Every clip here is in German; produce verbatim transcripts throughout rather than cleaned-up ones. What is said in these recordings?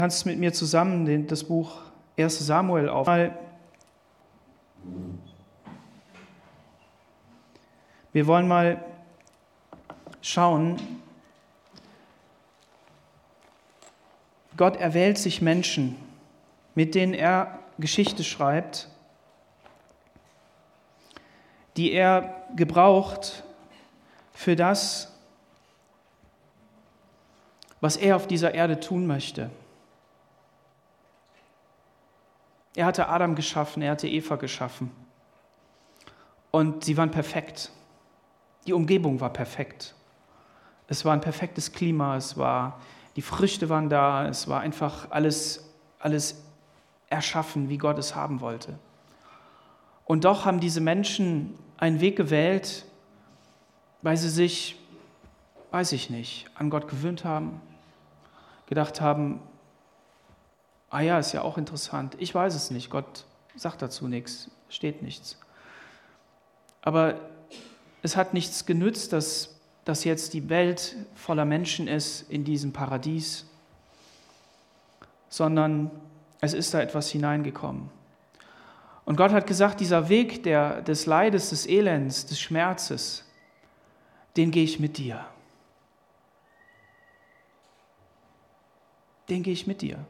Du kannst mit mir zusammen den, das Buch erster Samuel aufmachen. Wir wollen mal schauen, Gott erwählt sich Menschen, mit denen er Geschichte schreibt, die er gebraucht für das, was er auf dieser Erde tun möchte. Er hatte Adam geschaffen, er hatte Eva geschaffen. Und sie waren perfekt. Die Umgebung war perfekt. Es war ein perfektes Klima, es war, die Früchte waren da, es war einfach alles, alles erschaffen, wie Gott es haben wollte. Und doch haben diese Menschen einen Weg gewählt, weil sie sich, weiß ich nicht, an Gott gewöhnt haben, gedacht haben, ah ja, ist ja auch interessant. Ich weiß es nicht. Gott sagt dazu nichts, steht nichts. Aber es hat nichts genützt, dass, dass jetzt die Welt voller Menschen ist in diesem Paradies, sondern es ist da etwas hineingekommen. Und Gott hat gesagt, dieser Weg der, des Leides, des Elends, des Schmerzes, den gehe ich mit dir. Den gehe ich mit dir.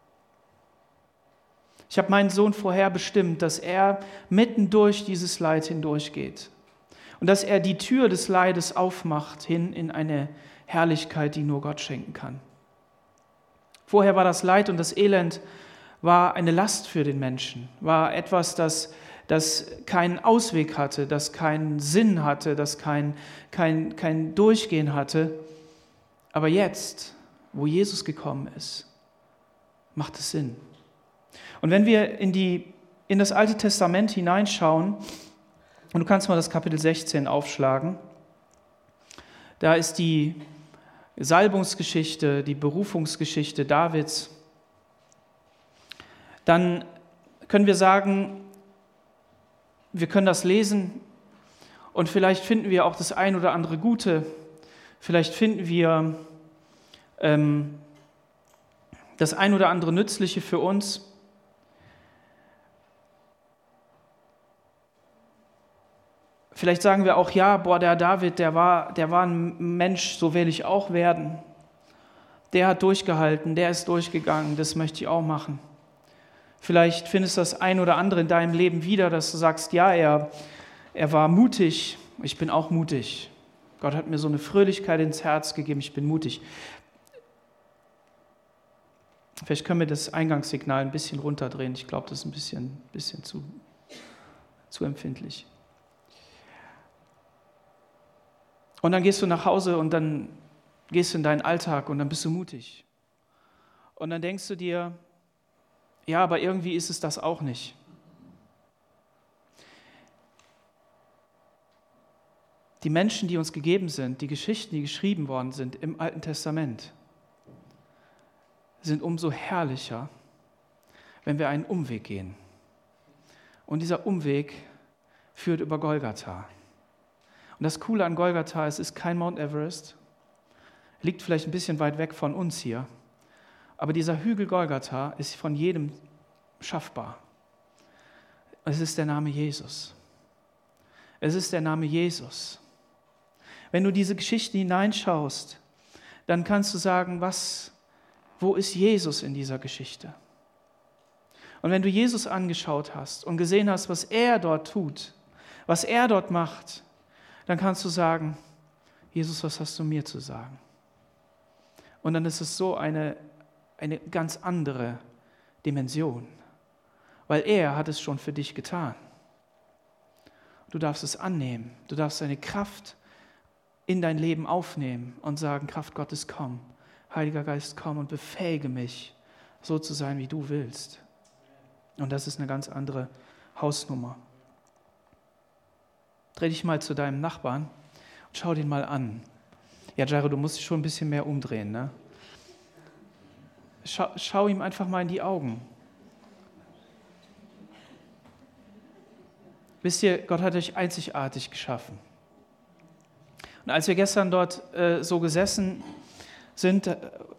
Ich habe meinen Sohn vorherbestimmt, dass er mitten durch dieses Leid hindurchgeht und dass er die Tür des Leides aufmacht hin in eine Herrlichkeit, die nur Gott schenken kann. Vorher war das Leid und das Elend war eine Last für den Menschen, war etwas, das, das keinen Ausweg hatte, das keinen Sinn hatte, das kein, kein, kein Durchgehen hatte. Aber jetzt, wo Jesus gekommen ist, macht es Sinn. Und wenn wir in, die, in das Alte Testament hineinschauen, und du kannst mal das Kapitel sechzehn aufschlagen, da ist die Salbungsgeschichte, die Berufungsgeschichte Davids, dann können wir sagen, wir können das lesen und vielleicht finden wir auch das ein oder andere Gute, vielleicht finden wir ähm, das ein oder andere Nützliche für uns. Vielleicht sagen wir auch, ja, boah, der David, der war, der war ein Mensch, so will ich auch werden. Der hat durchgehalten, der ist durchgegangen, das möchte ich auch machen. Vielleicht findest du das ein oder andere in deinem Leben wieder, dass du sagst, ja, er, er war mutig, ich bin auch mutig. Gott hat mir so eine Fröhlichkeit ins Herz gegeben, ich bin mutig. Vielleicht können wir das Eingangssignal ein bisschen runterdrehen. Ich glaube, das ist ein bisschen, bisschen zu, zu empfindlich. Und dann gehst du nach Hause und dann gehst du in deinen Alltag und dann bist du mutig. Und dann denkst du dir, ja, aber irgendwie ist es das auch nicht. Die Menschen, die uns gegeben sind, die Geschichten, die geschrieben worden sind im Alten Testament, sind umso herrlicher, wenn wir einen Umweg gehen. Und dieser Umweg führt über Golgatha. Und das Coole an Golgatha, es ist kein Mount Everest, liegt vielleicht ein bisschen weit weg von uns hier, aber dieser Hügel Golgatha ist von jedem schaffbar. Es ist der Name Jesus. Es ist der Name Jesus. Wenn du diese Geschichte hineinschaust, dann kannst du sagen, was, wo ist Jesus in dieser Geschichte? Und wenn du Jesus angeschaut hast und gesehen hast, was er dort tut, was er dort macht, dann kannst du sagen, Jesus, was hast du mir zu sagen? Und dann ist es so eine, eine ganz andere Dimension, weil er hat es schon für dich getan. Du darfst es annehmen, du darfst seine Kraft in dein Leben aufnehmen und sagen, Kraft Gottes, komm, Heiliger Geist, komm und befähige mich, so zu sein, wie du willst. Und das ist eine ganz andere Hausnummer. Dreh dich mal zu deinem Nachbarn und schau den mal an. Ja, Jairo, du musst dich schon ein bisschen mehr umdrehen, ne? Schau, schau ihm einfach mal in die Augen. Wisst ihr, Gott hat euch einzigartig geschaffen. Und als wir gestern dort äh, so gesessen sind,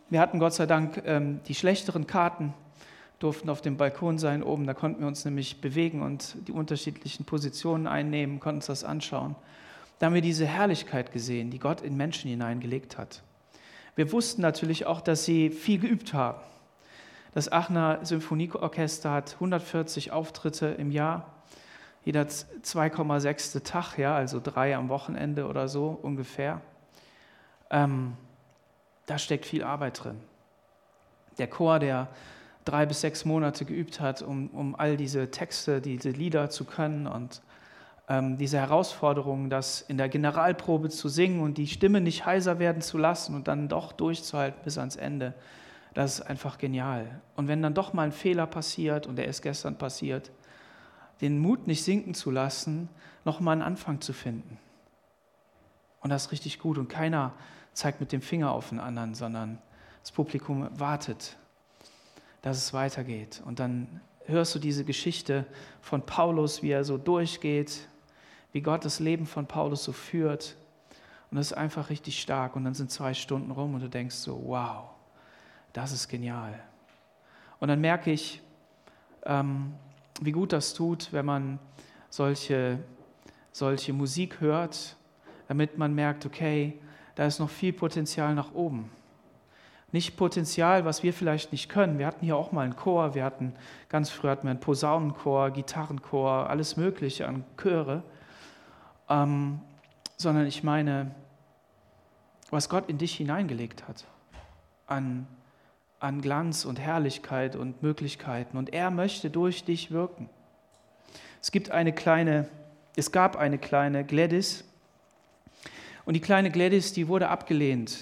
Wir hatten Gott sei Dank ähm, die schlechteren Karten, durften auf dem Balkon sein oben, da konnten wir uns nämlich bewegen und die unterschiedlichen Positionen einnehmen, konnten uns das anschauen. Da haben wir diese Herrlichkeit gesehen, die Gott in Menschen hineingelegt hat. Wir wussten natürlich auch, dass sie viel geübt haben. Das Aachener Symphonieorchester hat hundertvierzig Auftritte im Jahr, jeder zwei Komma sechs Tag, ja, also drei am Wochenende oder so ungefähr. Ähm, da steckt viel Arbeit drin. Der Chor, der drei bis sechs Monate geübt hat, um, um all diese Texte, diese Lieder zu können und ähm, diese Herausforderung, das in der Generalprobe zu singen und die Stimme nicht heiser werden zu lassen und dann doch durchzuhalten bis ans Ende, das ist einfach genial. Und wenn dann doch mal ein Fehler passiert, und der ist gestern passiert, den Mut nicht sinken zu lassen, noch mal einen Anfang zu finden. Und das ist richtig gut. Und keiner zeigt mit dem Finger auf den anderen, sondern das Publikum wartet, dass es weitergeht. Und dann hörst du diese Geschichte von Paulus, wie er so durchgeht, wie Gott das Leben von Paulus so führt. Und das ist einfach richtig stark. Und dann sind zwei Stunden rum und du denkst so, wow, das ist genial. Und dann merke ich, ähm, wie gut das tut, wenn man solche, solche Musik hört, damit man merkt, okay, da ist noch viel Potenzial nach oben. Nicht Potenzial, was wir vielleicht nicht können. Wir hatten hier auch mal einen Chor, wir hatten, ganz früh hatten wir einen Posaunenchor, Gitarrenchor, alles Mögliche an Chöre. Ähm, sondern ich meine, was Gott in dich hineingelegt hat, an, an Glanz und Herrlichkeit und Möglichkeiten. Und er möchte durch dich wirken. Es gibt eine kleine, es gab eine kleine Gladys, und die kleine Gladys, die wurde abgelehnt.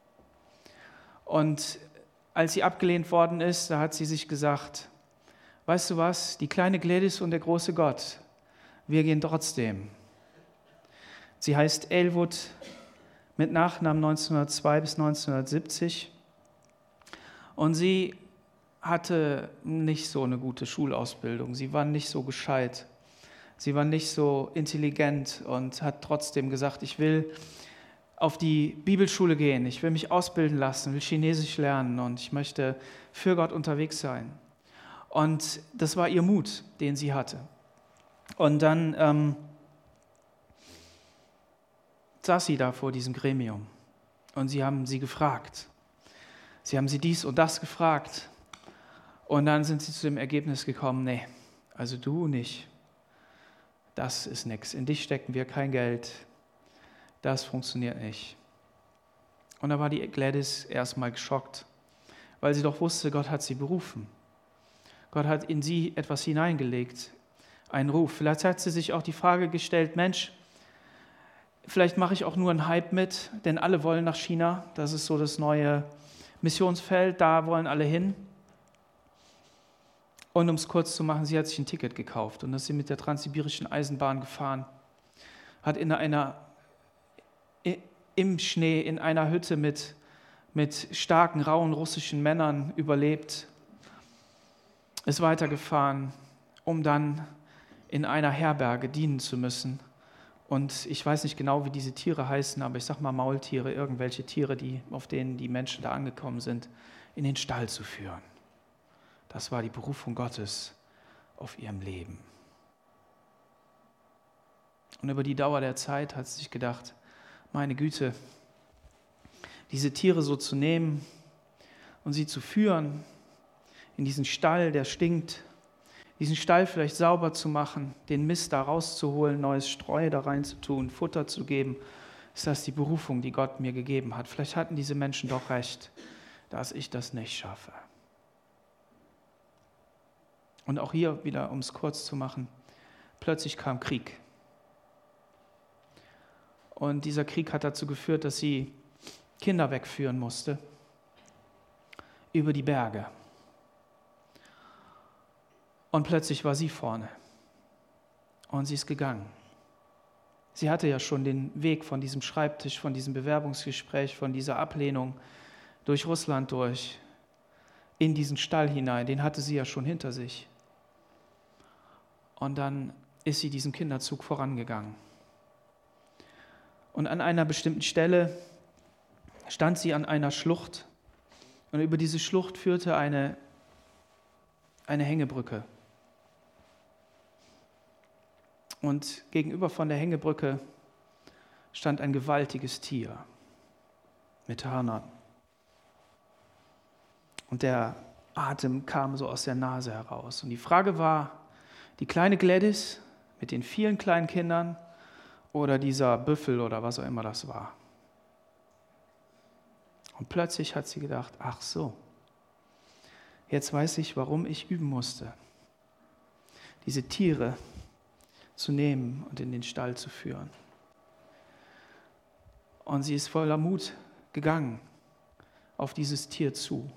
Und als sie abgelehnt worden ist, da hat sie sich gesagt, weißt du was, die kleine Gladys und der große Gott, wir gehen trotzdem. Sie heißt Elwood, mit Nachnamen neunzehnhundertzwei bis neunzehnhundertsiebzig. Und sie hatte nicht so eine gute Schulausbildung, sie war nicht so gescheit. Sie war nicht so intelligent und hat trotzdem gesagt, ich will auf die Bibelschule gehen, ich will mich ausbilden lassen, will Chinesisch lernen und ich möchte für Gott unterwegs sein. Und das war ihr Mut, den sie hatte. Und dann ähm, saß sie da vor diesem Gremium und sie haben sie gefragt. Sie haben sie dies und das gefragt und dann sind sie zu dem Ergebnis gekommen, nee, also du nicht. Das ist nichts. In dich stecken wir kein Geld. Das funktioniert nicht. Und da war die Gladys erstmal geschockt, weil sie doch wusste, Gott hat sie berufen. Gott hat in sie etwas hineingelegt, einen Ruf. Vielleicht hat sie sich auch die Frage gestellt, Mensch, vielleicht mache ich auch nur einen Hype mit, denn alle wollen nach China. Das ist so das neue Missionsfeld, da wollen alle hin. Und um es kurz zu machen, sie hat sich ein Ticket gekauft und ist sie mit der transsibirischen Eisenbahn gefahren, hat in einer, im Schnee in einer Hütte mit, mit starken, rauen russischen Männern überlebt, ist weitergefahren, um dann in einer Herberge dienen zu müssen. Und ich weiß nicht genau, wie diese Tiere heißen, aber ich sag mal Maultiere, irgendwelche Tiere, die, auf denen die Menschen da angekommen sind, in den Stall zu führen. Das war die Berufung Gottes auf ihrem Leben. Und über die Dauer der Zeit hat sie sich gedacht, meine Güte, diese Tiere so zu nehmen und sie zu führen in diesen Stall, der stinkt, diesen Stall vielleicht sauber zu machen, den Mist da rauszuholen, neues Streu da reinzutun, Futter zu geben, ist das die Berufung, die Gott mir gegeben hat. Vielleicht hatten diese Menschen doch recht, dass ich das nicht schaffe. Und auch hier wieder, um es kurz zu machen, plötzlich kam Krieg. Und dieser Krieg hat dazu geführt, dass sie Kinder wegführen musste über die Berge. Und plötzlich war sie vorne und sie ist gegangen. Sie hatte ja schon den Weg von diesem Schreibtisch, von diesem Bewerbungsgespräch, von dieser Ablehnung durch Russland durch, in diesen Stall hinein, den hatte sie ja schon hinter sich. Und dann ist sie diesen Kinderzug vorangegangen. Und an einer bestimmten Stelle stand sie an einer Schlucht Und über diese Schlucht führte eine, eine Hängebrücke. Und gegenüber von der Hängebrücke stand ein gewaltiges Tier mit Hörnern. Und der Atem kam so aus der Nase heraus. Und die Frage war, die kleine Gladys mit den vielen kleinen Kindern oder dieser Büffel oder was auch immer das war. Und plötzlich hat sie gedacht, ach so, jetzt weiß ich, warum ich üben musste, diese Tiere zu nehmen und in den Stall zu führen. Und sie ist voller Mut gegangen auf dieses Tier zu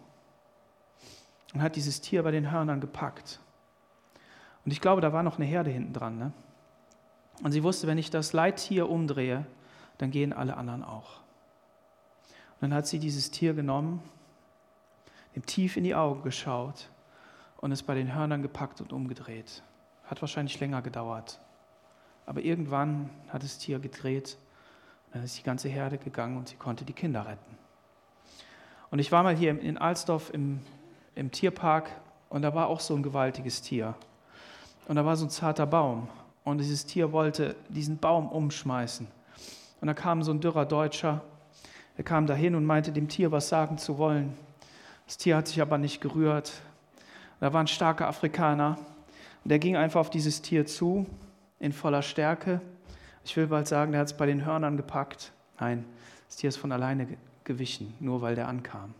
und hat dieses Tier bei den Hörnern gepackt. Und ich glaube, da war noch eine Herde hinten dran. Ne? Und sie wusste, wenn ich das Leittier umdrehe, dann gehen alle anderen auch. Und dann hat sie dieses Tier genommen, ihm tief in die Augen geschaut und es bei den Hörnern gepackt und umgedreht. Hat wahrscheinlich länger gedauert. Aber irgendwann hat das Tier gedreht und dann ist die ganze Herde gegangen und sie konnte die Kinder retten. Und ich war mal hier in Alsdorf im, im Tierpark und da war auch so ein gewaltiges Tier. Und da war so ein zarter Baum und dieses Tier wollte diesen Baum umschmeißen. Und da kam so ein dürrer Deutscher, der kam dahin und meinte dem Tier was sagen zu wollen. Das Tier hat sich aber nicht gerührt. Da war ein starker Afrikaner und der ging einfach auf dieses Tier zu in voller Stärke. Ich will bald sagen, der hat es bei den Hörnern gepackt. Nein, das Tier ist von alleine gewichen, nur weil der ankam.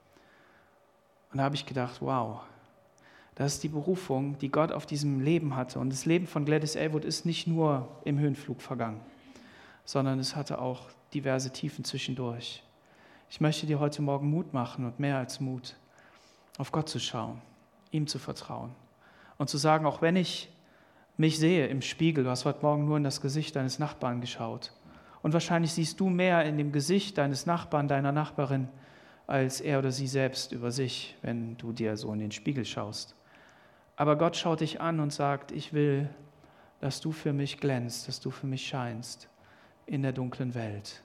Und da habe ich gedacht, wow, das ist die Berufung, die Gott auf diesem Leben hatte. Und das Leben von Gladys Aylward ist nicht nur im Höhenflug vergangen, sondern es hatte auch diverse Tiefen zwischendurch. Ich möchte dir heute Morgen Mut machen und mehr als Mut, auf Gott zu schauen, ihm zu vertrauen und zu sagen, auch wenn ich mich sehe im Spiegel, du hast heute Morgen nur in das Gesicht deines Nachbarn geschaut und wahrscheinlich siehst du mehr in dem Gesicht deines Nachbarn, deiner Nachbarin, als er oder sie selbst über sich, wenn du dir so in den Spiegel schaust. Aber Gott schaut dich an und sagt, ich will, dass du für mich glänzt, dass du für mich scheinst in der dunklen Welt.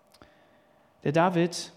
Der David,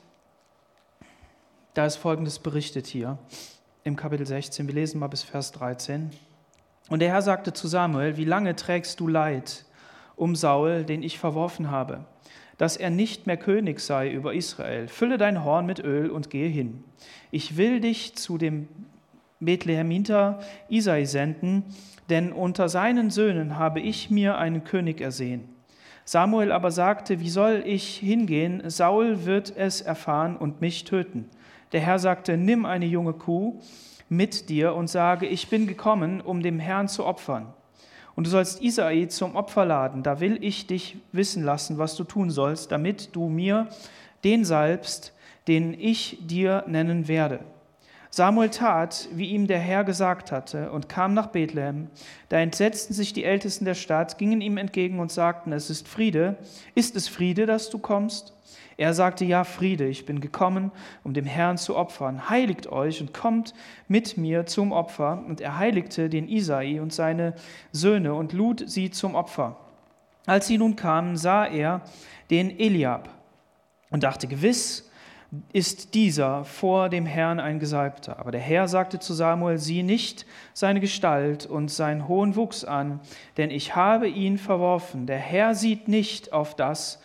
da ist Folgendes berichtet hier im Kapitel sechzehn, wir lesen mal bis Vers dreizehn. Und der Herr sagte zu Samuel, wie lange trägst du Leid um Saul, den ich verworfen habe, dass er nicht mehr König sei über Israel? Fülle dein Horn mit Öl und gehe hin. Ich will dich zu dem Bethlehemiter Isai senden, denn unter seinen Söhnen habe ich mir einen König ersehen. Samuel aber sagte, wie soll ich hingehen? Saul wird es erfahren und mich töten. Der Herr sagte, nimm eine junge Kuh mit dir und sage, ich bin gekommen, um dem Herrn zu opfern. Und du sollst Isai zum Opfer laden. Da will ich dich wissen lassen, was du tun sollst, damit du mir den salbst, den ich dir nennen werde. Samuel tat, wie ihm der Herr gesagt hatte, und kam nach Bethlehem. Da entsetzten sich die Ältesten der Stadt, gingen ihm entgegen und sagten, es ist Friede. Ist es Friede, dass du kommst? Er sagte, ja, Friede, ich bin gekommen, um dem Herrn zu opfern. Heiligt euch und kommt mit mir zum Opfer. Und er heiligte den Isai und seine Söhne und lud sie zum Opfer. Als sie nun kamen, sah er den Eliab und dachte, gewiss ist dieser vor dem Herrn ein Gesalbter. Aber der Herr sagte zu Samuel, sieh nicht seine Gestalt und seinen hohen Wuchs an, denn ich habe ihn verworfen. Der Herr sieht nicht auf das,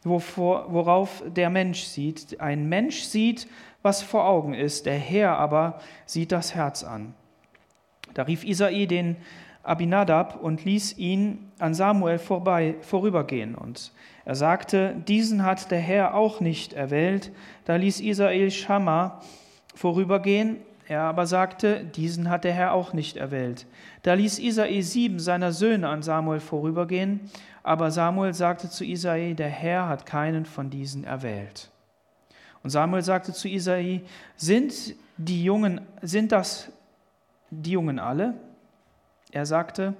worauf der Mensch sieht. Ein Mensch sieht, was vor Augen ist, der Herr aber sieht das Herz an. Da rief Isai den Abinadab und ließ ihn an Samuel vorbei, vorübergehen. Und er sagte, diesen hat der Herr auch nicht erwählt. Da ließ Isai Schamma vorübergehen. Er aber sagte, diesen hat der Herr auch nicht erwählt. Da ließ Isai sieben seiner Söhne an Samuel vorübergehen. Aber Samuel sagte zu Isai, der Herr hat keinen von diesen erwählt. Und Samuel sagte zu Isai, sind die Jungen, sind das die Jungen alle? Er sagte,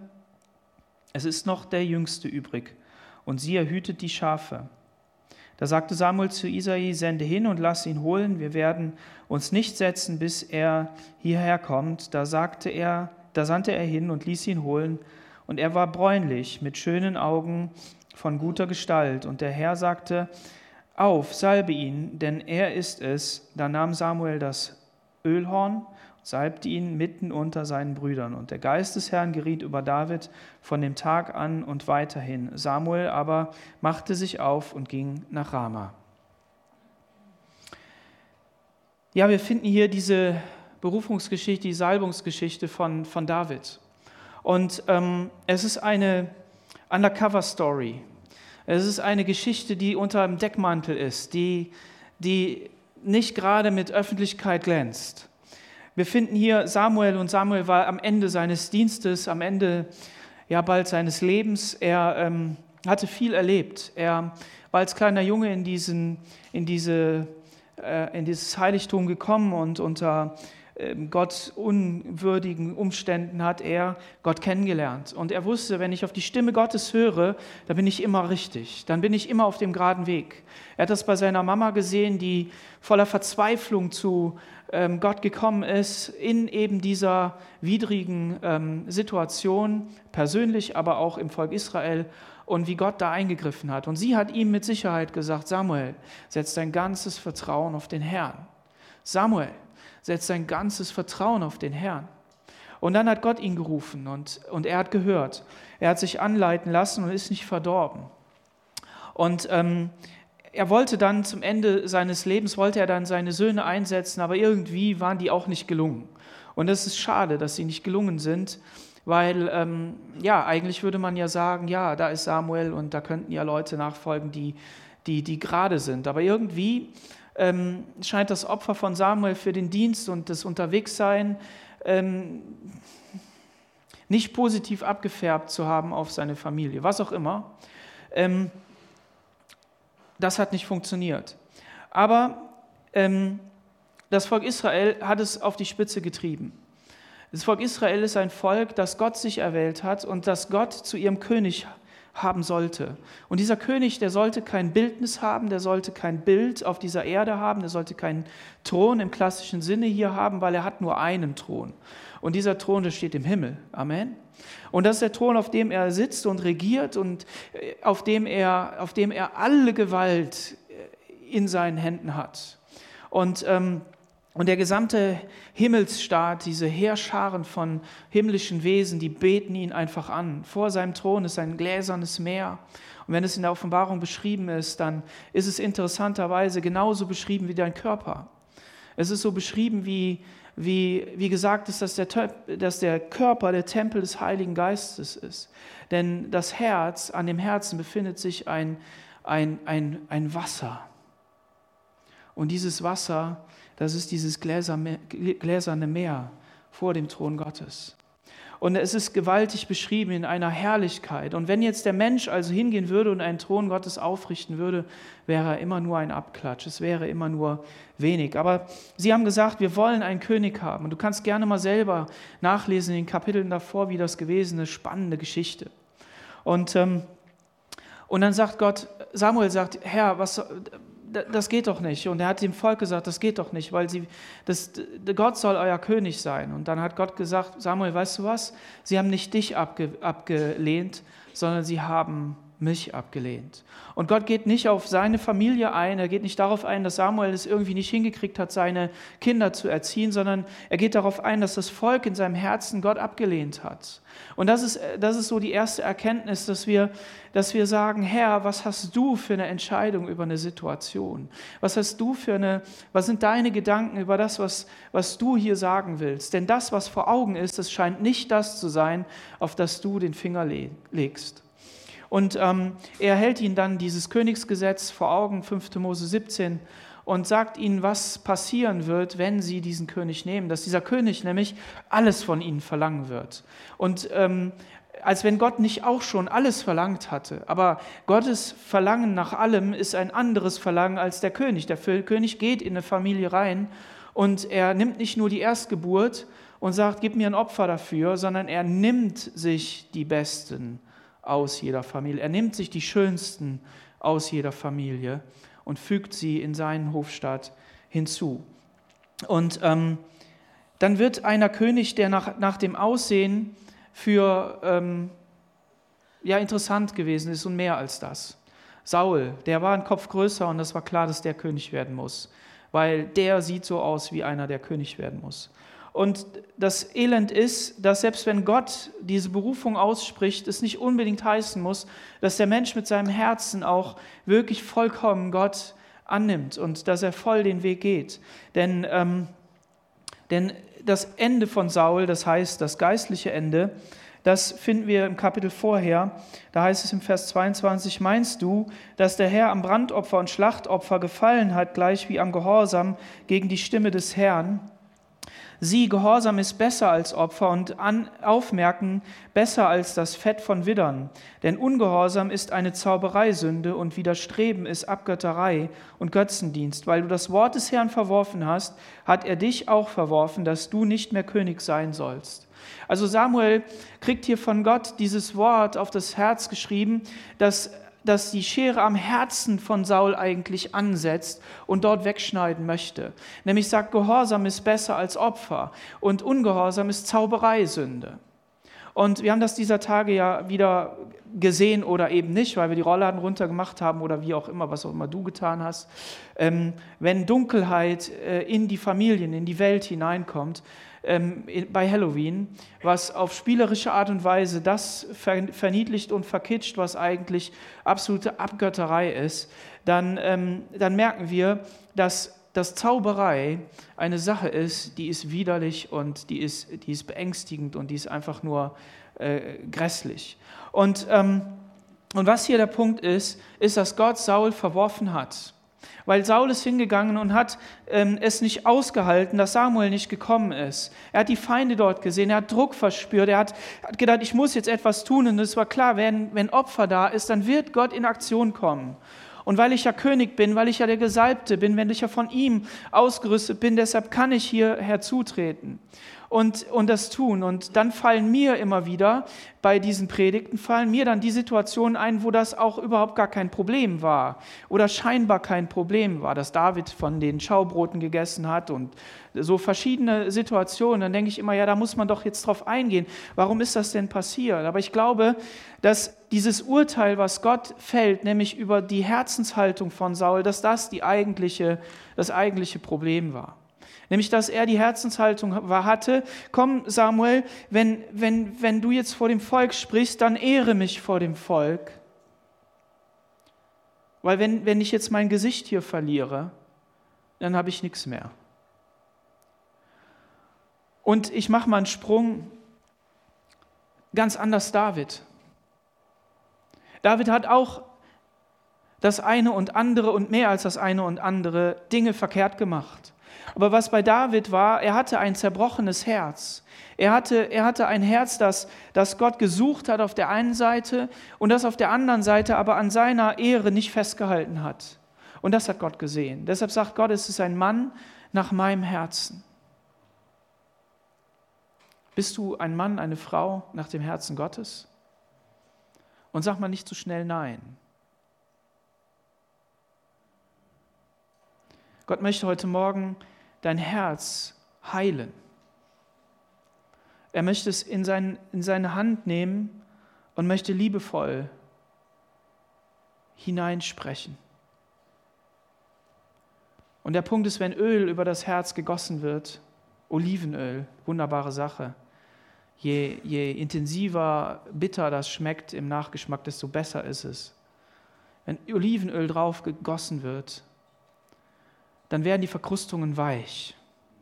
es ist noch der Jüngste übrig, und sie erhütet die Schafe. Da sagte Samuel zu Isai, sende hin und lass ihn holen, wir werden uns nicht setzen, bis er hierher kommt. Da sagte er, da sandte er hin und ließ ihn holen, und er war bräunlich, mit schönen Augen, von guter Gestalt. Und der Herr sagte, auf, salbe ihn, denn er ist es. Da nahm Samuel das Ölhorn, salbte ihn mitten unter seinen Brüdern. Und der Geist des Herrn geriet über David von dem Tag an und weiterhin. Samuel aber machte sich auf und ging nach Rama. Ja, wir finden hier diese Berufungsgeschichte, die Salbungsgeschichte von, von David. Und ähm, es ist eine Undercover-Story. Es ist eine Geschichte, die unter dem Deckmantel ist, die, die nicht gerade mit Öffentlichkeit glänzt. Wir finden hier Samuel, und Samuel war am Ende seines Dienstes, am Ende ja bald seines Lebens. Er ähm, hatte viel erlebt. Er war als kleiner Junge in, diesen, in, diese, äh, in dieses Heiligtum gekommen und unter Gott unwürdigen Umständen hat er Gott kennengelernt. Und er wusste, wenn ich auf die Stimme Gottes höre, dann bin ich immer richtig, dann bin ich immer auf dem geraden Weg. Er hat das bei seiner Mama gesehen, die voller Verzweiflung zu ähm, Gott gekommen ist, in eben dieser widrigen ähm, Situation, persönlich, aber auch im Volk Israel, und wie Gott da eingegriffen hat. Und sie hat ihm mit Sicherheit gesagt: Samuel, setz dein ganzes Vertrauen auf den Herrn. Samuel, setz dein ganzes Vertrauen auf den Herrn. Und dann hat Gott ihn gerufen und, und er hat gehört. Er hat sich anleiten lassen und ist nicht verdorben. Und ähm, er wollte dann zum Ende seines Lebens, wollte er dann seine Söhne einsetzen, aber irgendwie waren die auch nicht gelungen. Und es ist schade, dass sie nicht gelungen sind, weil ähm, ja, eigentlich würde man ja sagen, ja, da ist Samuel und da könnten ja Leute nachfolgen, die, die, die gerade sind. Aber irgendwie Ähm, scheint das Opfer von Samuel für den Dienst und das Unterwegssein ähm, nicht positiv abgefärbt zu haben auf seine Familie, was auch immer. Ähm, das hat nicht funktioniert. Aber ähm, das Volk Israel hat es auf die Spitze getrieben. Das Volk Israel ist ein Volk, das Gott sich erwählt hat und das Gott zu ihrem König haben sollte. Und dieser König, der sollte kein Bildnis haben, der sollte kein Bild auf dieser Erde haben, der sollte keinen Thron im klassischen Sinne hier haben, weil er hat nur einen Thron. Und dieser Thron, der steht im Himmel. Amen. Und das ist der Thron, auf dem er sitzt und regiert und auf dem er, auf dem er alle Gewalt in seinen Händen hat. Und ähm, Und der gesamte Himmelsstaat, diese Heerscharen von himmlischen Wesen, die beten ihn einfach an. Vor seinem Thron ist ein gläsernes Meer. Und wenn es in der Offenbarung beschrieben ist, dann ist es interessanterweise genauso beschrieben wie dein Körper. Es ist so beschrieben, wie, wie, wie gesagt ist, dass der, dass der Körper der Tempel des Heiligen Geistes ist. Denn das Herz, an dem Herzen befindet sich ein, ein, ein, ein Wasser. Und dieses Wasser, das ist dieses gläserne Meer vor dem Thron Gottes. Und es ist gewaltig beschrieben in einer Herrlichkeit. Und wenn jetzt der Mensch also hingehen würde und einen Thron Gottes aufrichten würde, wäre er immer nur ein Abklatsch. Es wäre immer nur wenig. Aber sie haben gesagt, wir wollen einen König haben. Und du kannst gerne mal selber nachlesen in den Kapiteln davor, wie das gewesen ist. Spannende Geschichte. Und, ähm, und dann sagt Gott, Samuel sagt, Herr, was... Das geht doch nicht. Und er hat dem Volk gesagt, das geht doch nicht, weil sie, das, Gott soll euer König sein. Und dann hat Gott gesagt, Samuel, weißt du was? Sie haben nicht dich abge, abgelehnt, sondern sie haben mich abgelehnt. Und Gott geht nicht auf seine Familie ein, er geht nicht darauf ein, dass Samuel es irgendwie nicht hingekriegt hat, seine Kinder zu erziehen, sondern er geht darauf ein, dass das Volk in seinem Herzen Gott abgelehnt hat. Und das ist, das ist so die erste Erkenntnis, dass wir, dass wir sagen, Herr, was hast du für eine Entscheidung über eine Situation? Was hast du für eine, was sind deine Gedanken über das, was, was du hier sagen willst? Denn das, was vor Augen ist, das scheint nicht das zu sein, auf das du den Finger legst. Und ähm, er hält ihnen dann dieses Königsgesetz vor Augen, fünfter Mose siebzehn, und sagt ihnen, was passieren wird, wenn sie diesen König nehmen. Dass dieser König nämlich alles von ihnen verlangen wird. Und ähm, als wenn Gott nicht auch schon alles verlangt hatte. Aber Gottes Verlangen nach allem ist ein anderes Verlangen als der König. Der König geht in eine Familie rein und er nimmt nicht nur die Erstgeburt und sagt, gib mir ein Opfer dafür, sondern er nimmt sich die Besten aus jeder Familie. Er nimmt sich die Schönsten aus jeder Familie und fügt sie in seinen Hofstaat hinzu. Und ähm, dann wird einer König, der nach, nach dem Aussehen für ähm, ja, interessant gewesen ist und mehr als das. Saul, der war einen Kopf größer und das war klar, dass der König werden muss, weil der sieht so aus wie einer, der König werden muss. Und das Elend ist, dass selbst wenn Gott diese Berufung ausspricht, es nicht unbedingt heißen muss, dass der Mensch mit seinem Herzen auch wirklich vollkommen Gott annimmt und dass er voll den Weg geht. Denn, ähm, denn das Ende von Saul, das heißt das geistliche Ende, das finden wir im Kapitel vorher. Da heißt es im Vers zweiundzwanzig, meinst du, dass der Herr am Brandopfer und Schlachtopfer gefallen hat, gleich wie am Gehorsam gegen die Stimme des Herrn? Sieh, Gehorsam ist besser als Opfer und an Aufmerken besser als das Fett von Widdern. Denn Ungehorsam ist eine Zaubereisünde und Widerstreben ist Abgötterei und Götzendienst. Weil du das Wort des Herrn verworfen hast, hat er dich auch verworfen, dass du nicht mehr König sein sollst. Also Samuel kriegt hier von Gott dieses Wort auf das Herz geschrieben, dass dass die Schere am Herzen von Saul eigentlich ansetzt und dort wegschneiden möchte. Nämlich sagt, Gehorsam ist besser als Opfer und Ungehorsam ist Zaubereisünde. Und wir haben das dieser Tage ja wieder gesehen oder eben nicht, weil wir die Rollladen runtergemacht haben oder wie auch immer, was auch immer du getan hast. Ähm, wenn Dunkelheit äh, in die Familien, in die Welt hineinkommt, ähm, bei Halloween, was auf spielerische Art und Weise das verniedlicht und verkitscht, was eigentlich absolute Abgötterei ist, dann, ähm, dann merken wir, dass dass Zauberei eine Sache ist, die ist widerlich und die ist, die ist beängstigend und die ist einfach nur äh, grässlich. Und, ähm, und was hier der Punkt ist, ist, dass Gott Saul verworfen hat. Weil Saul ist hingegangen und hat ähm, es nicht ausgehalten, dass Samuel nicht gekommen ist. Er hat die Feinde dort gesehen, er hat Druck verspürt, er hat, hat gedacht, ich muss jetzt etwas tun. Und es war klar, wenn, wenn Opfer da ist, dann wird Gott in Aktion kommen. Und weil ich ja König bin, weil ich ja der Gesalbte bin, wenn ich ja von ihm ausgerüstet bin, deshalb kann ich hier herzutreten und, und das tun. Und dann fallen mir immer wieder, bei diesen Predigten, fallen mir dann die Situationen ein, wo das auch überhaupt gar kein Problem war oder scheinbar kein Problem war, dass David von den Schaubroten gegessen hat und so verschiedene Situationen. Dann denke ich immer, ja, da muss man doch jetzt drauf eingehen. Warum ist das denn passiert? Aber ich glaube, dass dieses Urteil, was Gott fällt, nämlich über die Herzenshaltung von Saul, dass das die eigentliche, das eigentliche Problem war. Nämlich, dass er die Herzenshaltung hatte, komm Samuel, wenn, wenn, wenn du jetzt vor dem Volk sprichst, dann ehre mich vor dem Volk. Weil wenn, wenn ich jetzt mein Gesicht hier verliere, dann habe ich nichts mehr. Und ich mache mal einen Sprung, ganz anders David. David hat auch das eine und andere und mehr als das eine und andere Dinge verkehrt gemacht. Aber was bei David war, er hatte ein zerbrochenes Herz. Er hatte, er hatte ein Herz, das, das Gott gesucht hat auf der einen Seite und das auf der anderen Seite aber an seiner Ehre nicht festgehalten hat. Und das hat Gott gesehen. Deshalb sagt Gott, es ist ein Mann nach meinem Herzen. Bist du ein Mann, eine Frau nach dem Herzen Gottes? Und sag mal nicht zu schnell nein. Gott möchte heute Morgen dein Herz heilen. Er möchte es in, sein, in seine Hand nehmen und möchte liebevoll hineinsprechen. Und der Punkt ist, wenn Öl über das Herz gegossen wird, Olivenöl, wunderbare Sache. Je, je intensiver, bitter das schmeckt im Nachgeschmack, desto besser ist es. Wenn Olivenöl drauf gegossen wird, dann werden die Verkrustungen weich.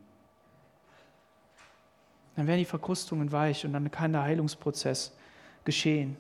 Dann werden die Verkrustungen weich und dann kann der Heilungsprozess geschehen.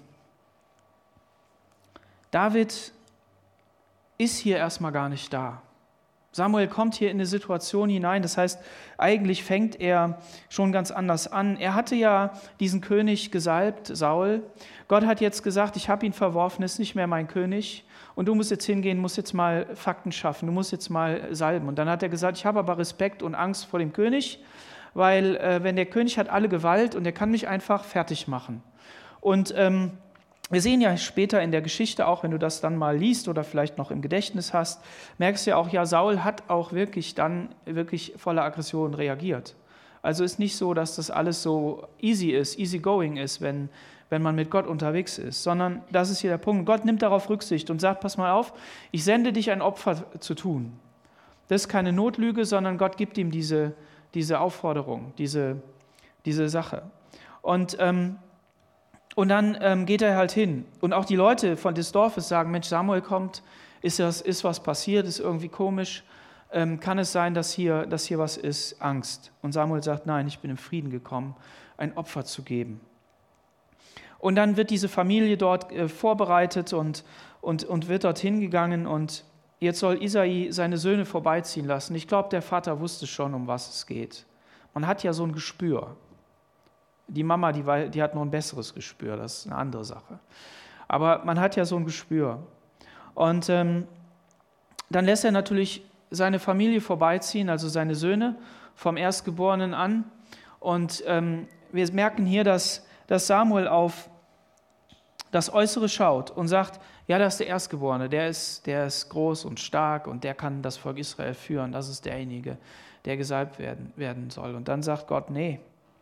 David ist hier erstmal gar nicht da. Samuel kommt hier in eine Situation hinein, das heißt, eigentlich fängt er schon ganz anders an. Er hatte ja diesen König gesalbt, Saul. Gott hat jetzt gesagt, ich habe ihn verworfen, ist nicht mehr mein König und du musst jetzt hingehen, musst jetzt mal Fakten schaffen, du musst jetzt mal salben. Und dann hat er gesagt, ich habe aber Respekt und Angst vor dem König, weil äh, wenn der König hat alle Gewalt und er kann mich einfach fertig machen. Und ähm, wir sehen ja später in der Geschichte, auch wenn du das dann mal liest oder vielleicht noch im Gedächtnis hast, merkst du ja auch, ja, Saul hat auch wirklich dann wirklich voller Aggression reagiert. Also ist nicht so, dass das alles so easy ist, easy going ist, wenn, wenn man mit Gott unterwegs ist, sondern das ist hier der Punkt. Gott nimmt darauf Rücksicht und sagt, pass mal auf, ich sende dich, ein Opfer zu tun. Das ist keine Notlüge, sondern Gott gibt ihm diese, diese Aufforderung, diese, diese Sache. Und, ähm, und dann ähm, geht er halt hin. Und auch die Leute von des Dorfes sagen, Mensch, Samuel kommt, ist, das, ist was passiert, ist irgendwie komisch. Ähm, kann es sein, dass hier, dass hier was ist? Angst. Und Samuel sagt, nein, ich bin im Frieden gekommen, ein Opfer zu geben. Und dann wird diese Familie dort äh, vorbereitet und, und, und wird dorthin gegangen und jetzt soll Isai seine Söhne vorbeiziehen lassen. Ich glaube, der Vater wusste schon, um was es geht. Man hat ja so ein Gespür. Die Mama, die, war, die hat noch ein besseres Gespür, das ist eine andere Sache. Aber man hat ja so ein Gespür. Und ähm, dann lässt er natürlich seine Familie vorbeiziehen, also seine Söhne, vom Erstgeborenen an. Und ähm, wir merken hier, dass, dass Samuel auf das Äußere schaut und sagt, ja, das ist der Erstgeborene, der ist, der ist groß und stark und der kann das Volk Israel führen, das ist derjenige, der gesalbt werden, werden soll. Und dann sagt Gott, nee,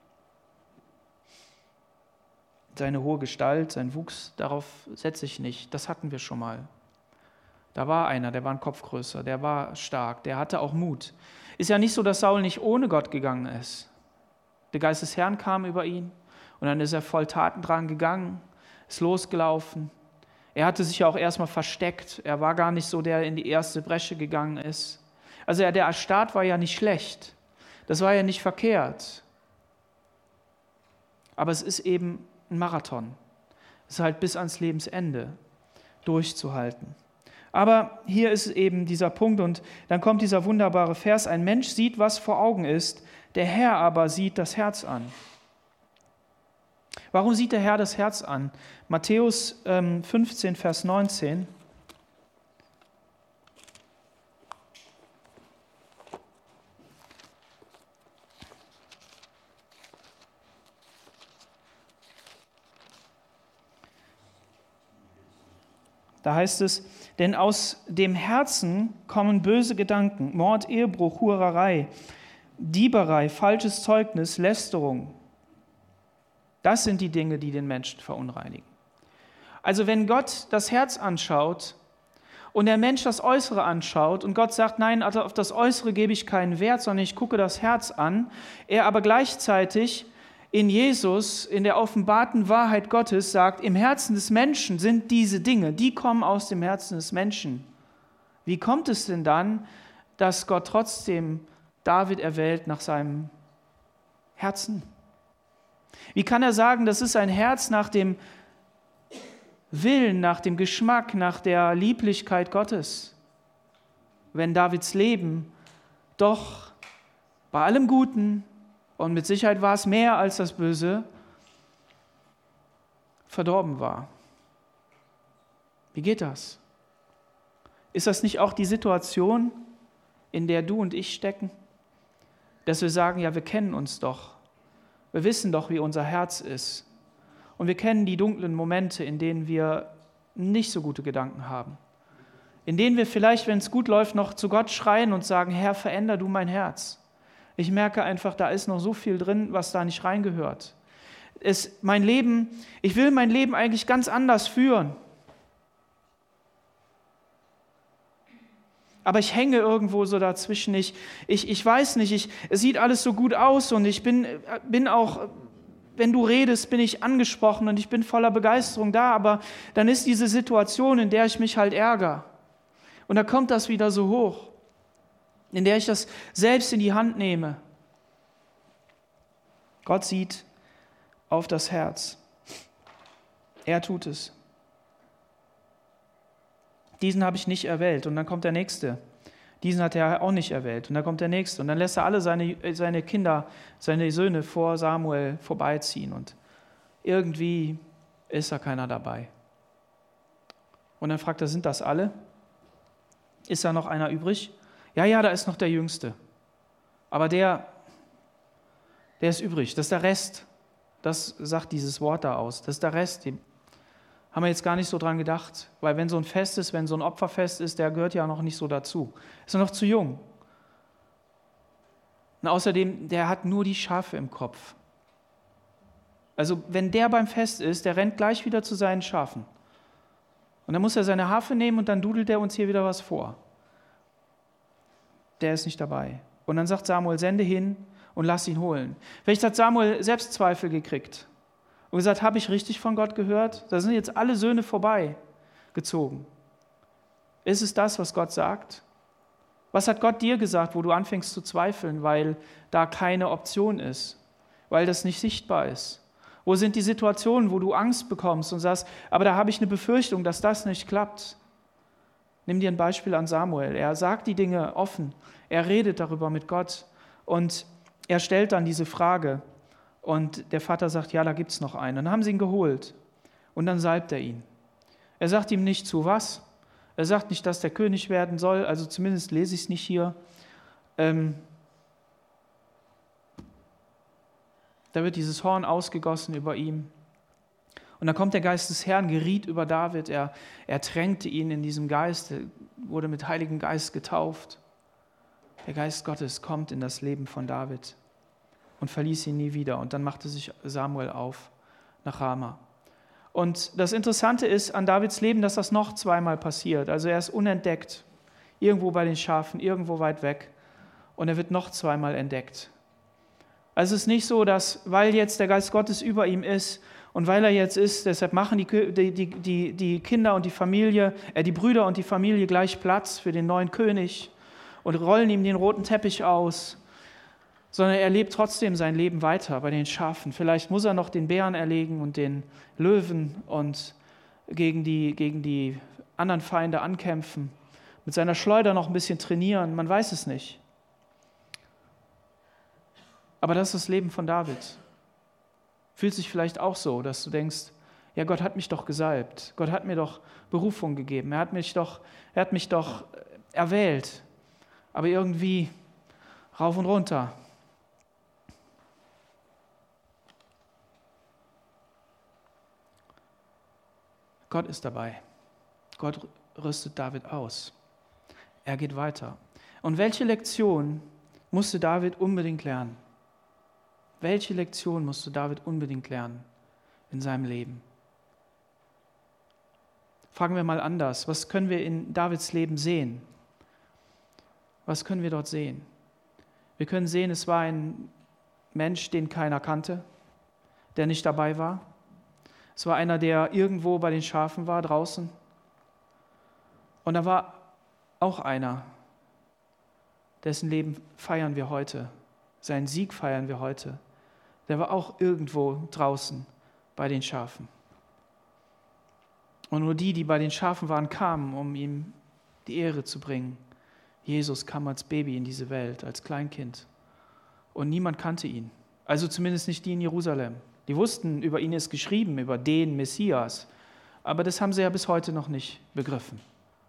seine hohe Gestalt, sein Wuchs, darauf setze ich nicht, das hatten wir schon mal. Da war einer, der war ein Kopf größer, der war stark, der hatte auch Mut. Ist ja nicht so, dass Saul nicht ohne Gott gegangen ist. Der Geist des Herrn kam über ihn und dann ist er voll Taten dran gegangen, ist losgelaufen. Er hatte sich ja auch erstmal versteckt. Er war gar nicht so, der in die erste Bresche gegangen ist. Also ja, der Start war ja nicht schlecht. Das war ja nicht verkehrt. Aber es ist eben ein Marathon. Es ist halt bis ans Lebensende durchzuhalten. Aber hier ist eben dieser Punkt und dann kommt dieser wunderbare Vers. Ein Mensch sieht, was vor Augen ist, der Herr aber sieht das Herz an. Warum sieht der Herr das Herz an? Matthäus ähm, fünfzehn, Vers neunzehn. Da heißt es, denn aus dem Herzen kommen böse Gedanken, Mord, Ehebruch, Hurerei, Dieberei, falsches Zeugnis, Lästerung. Das sind die Dinge, die den Menschen verunreinigen. Also wenn Gott das Herz anschaut und der Mensch das Äußere anschaut und Gott sagt, nein, also auf das Äußere gebe ich keinen Wert, sondern ich gucke das Herz an, er aber gleichzeitig in Jesus, in der offenbarten Wahrheit Gottes sagt, im Herzen des Menschen sind diese Dinge, die kommen aus dem Herzen des Menschen. Wie kommt es denn dann, dass Gott trotzdem David erwählt nach seinem Herzen? Wie kann er sagen, das ist ein Herz nach dem Willen, nach dem Geschmack, nach der Lieblichkeit Gottes, wenn Davids Leben doch bei allem Guten, und mit Sicherheit war es mehr als das Böse, verdorben war? Wie geht das? Ist das nicht auch die Situation, in der du und ich stecken? Dass wir sagen, ja, wir kennen uns doch. Wir wissen doch, wie unser Herz ist. Und wir kennen die dunklen Momente, in denen wir nicht so gute Gedanken haben. In denen wir vielleicht, wenn es gut läuft, noch zu Gott schreien und sagen, Herr, veränder du mein Herz. Ich merke einfach, da ist noch so viel drin, was da nicht reingehört. Es, mein Leben, ich will mein Leben eigentlich ganz anders führen. Aber ich hänge irgendwo so dazwischen. Ich, ich, ich weiß nicht, ich, es sieht alles so gut aus und ich bin, bin auch, wenn du redest, bin ich angesprochen und ich bin voller Begeisterung da, aber dann ist diese Situation, in der ich mich halt ärgere. Und da kommt das wieder so hoch, in der ich das selbst in die Hand nehme. Gott sieht auf das Herz. Er tut es. Diesen habe ich nicht erwählt. Und dann kommt der Nächste. Diesen hat er auch nicht erwählt. Und dann kommt der Nächste. Und dann lässt er alle seine, seine Kinder, seine Söhne vor Samuel vorbeiziehen. Und irgendwie ist da keiner dabei. Und dann fragt er, sind das alle? Ist da noch einer übrig? Ja, ja, da ist noch der Jüngste. Aber der, der ist übrig. Das ist der Rest. Das sagt dieses Wort da aus. Das ist der Rest. Den haben wir jetzt gar nicht so dran gedacht. Weil wenn so ein Fest ist, wenn so ein Opferfest ist, der gehört ja noch nicht so dazu. Ist er noch zu jung. Und Und außerdem, der hat nur die Schafe im Kopf. Also wenn der beim Fest ist, der rennt gleich wieder zu seinen Schafen. Und dann muss er seine Harfe nehmen und dann dudelt er uns hier wieder was vor. Der ist nicht dabei. Und dann sagt Samuel, sende hin und lass ihn holen. Vielleicht hat Samuel Selbstzweifel gekriegt und gesagt, habe ich richtig von Gott gehört? Da sind jetzt alle Söhne vorbeigezogen. Ist es das, was Gott sagt? Was hat Gott dir gesagt, wo du anfängst zu zweifeln, weil da keine Option ist, weil das nicht sichtbar ist? Wo sind die Situationen, wo du Angst bekommst und sagst, aber da habe ich eine Befürchtung, dass das nicht klappt? Nimm dir ein Beispiel an Samuel. Er sagt die Dinge offen. Er redet darüber mit Gott und er stellt dann diese Frage. Und der Vater sagt, ja, da gibt es noch einen. Und dann haben sie ihn geholt und dann salbt er ihn. Er sagt ihm nicht zu was. Er sagt nicht, dass der König werden soll, also zumindest lese ich es nicht hier. Ähm, da wird dieses Horn ausgegossen über ihm. Und dann kommt der Geist des Herrn, geriet über David, er, er tränkte ihn in diesem Geist, er wurde mit Heiligen Geist getauft. Der Geist Gottes kommt in das Leben von David und verließ ihn nie wieder. Und dann machte sich Samuel auf nach Rama. Und das Interessante ist an Davids Leben, dass das noch zweimal passiert. Also er ist unentdeckt, irgendwo bei den Schafen, irgendwo weit weg. Und er wird noch zweimal entdeckt. Also es ist nicht so, dass, weil jetzt der Geist Gottes über ihm ist und weil er jetzt ist, deshalb machen die, die, die, die Kinder und die Familie, äh, die Brüder und die Familie gleich Platz für den neuen König und rollen ihm den roten Teppich aus, sondern er lebt trotzdem sein Leben weiter bei den Schafen. Vielleicht muss er noch den Bären erlegen und den Löwen und gegen die, gegen die anderen Feinde ankämpfen, mit seiner Schleuder noch ein bisschen trainieren, man weiß es nicht. Aber das ist das Leben von David. Fühlt sich vielleicht auch so, dass du denkst, ja, Gott hat mich doch gesalbt, Gott hat mir doch Berufung gegeben, er hat mich doch, er hat mich doch erwählt, aber irgendwie rauf und runter. Gott ist dabei. Gott rüstet David aus. Er geht weiter. Und welche Lektion musste David unbedingt lernen? Welche Lektion musste David unbedingt lernen in seinem Leben? Fragen wir mal anders. Was können wir in Davids Leben sehen? Was können wir dort sehen? Wir können sehen, es war ein Mensch, den keiner kannte, der nicht dabei war. Es war einer, der irgendwo bei den Schafen war, draußen. Und da war auch einer, dessen Leben feiern wir heute. Seinen Sieg feiern wir heute. Der war auch irgendwo draußen bei den Schafen. Und nur die, die bei den Schafen waren, kamen, um ihm die Ehre zu bringen. Jesus kam als Baby in diese Welt, als Kleinkind. Und niemand kannte ihn. Also zumindest nicht die in Jerusalem. Die wussten, über ihn ist geschrieben, über den Messias. Aber das haben sie ja bis heute noch nicht begriffen.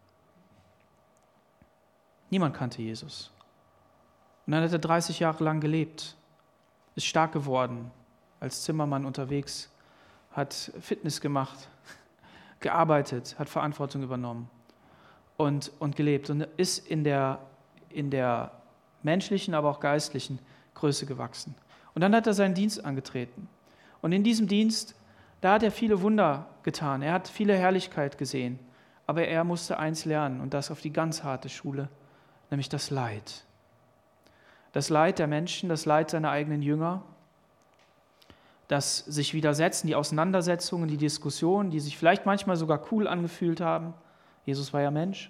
Niemand kannte Jesus. Und dann hat er dreißig Jahre lang gelebt, ist stark geworden, als Zimmermann unterwegs, hat Fitness gemacht, gearbeitet, hat Verantwortung übernommen und, und gelebt und ist in der, in der menschlichen, aber auch geistlichen Größe gewachsen. Und dann hat er seinen Dienst angetreten. Und in diesem Dienst, da hat er viele Wunder getan, er hat viele Herrlichkeit gesehen, aber er musste eins lernen und das auf die ganz harte Schule, nämlich das Leid. Das Leid der Menschen, das Leid seiner eigenen Jünger, das sich widersetzen, die Auseinandersetzungen, die Diskussionen, die sich vielleicht manchmal sogar cool angefühlt haben. Jesus war ja Mensch.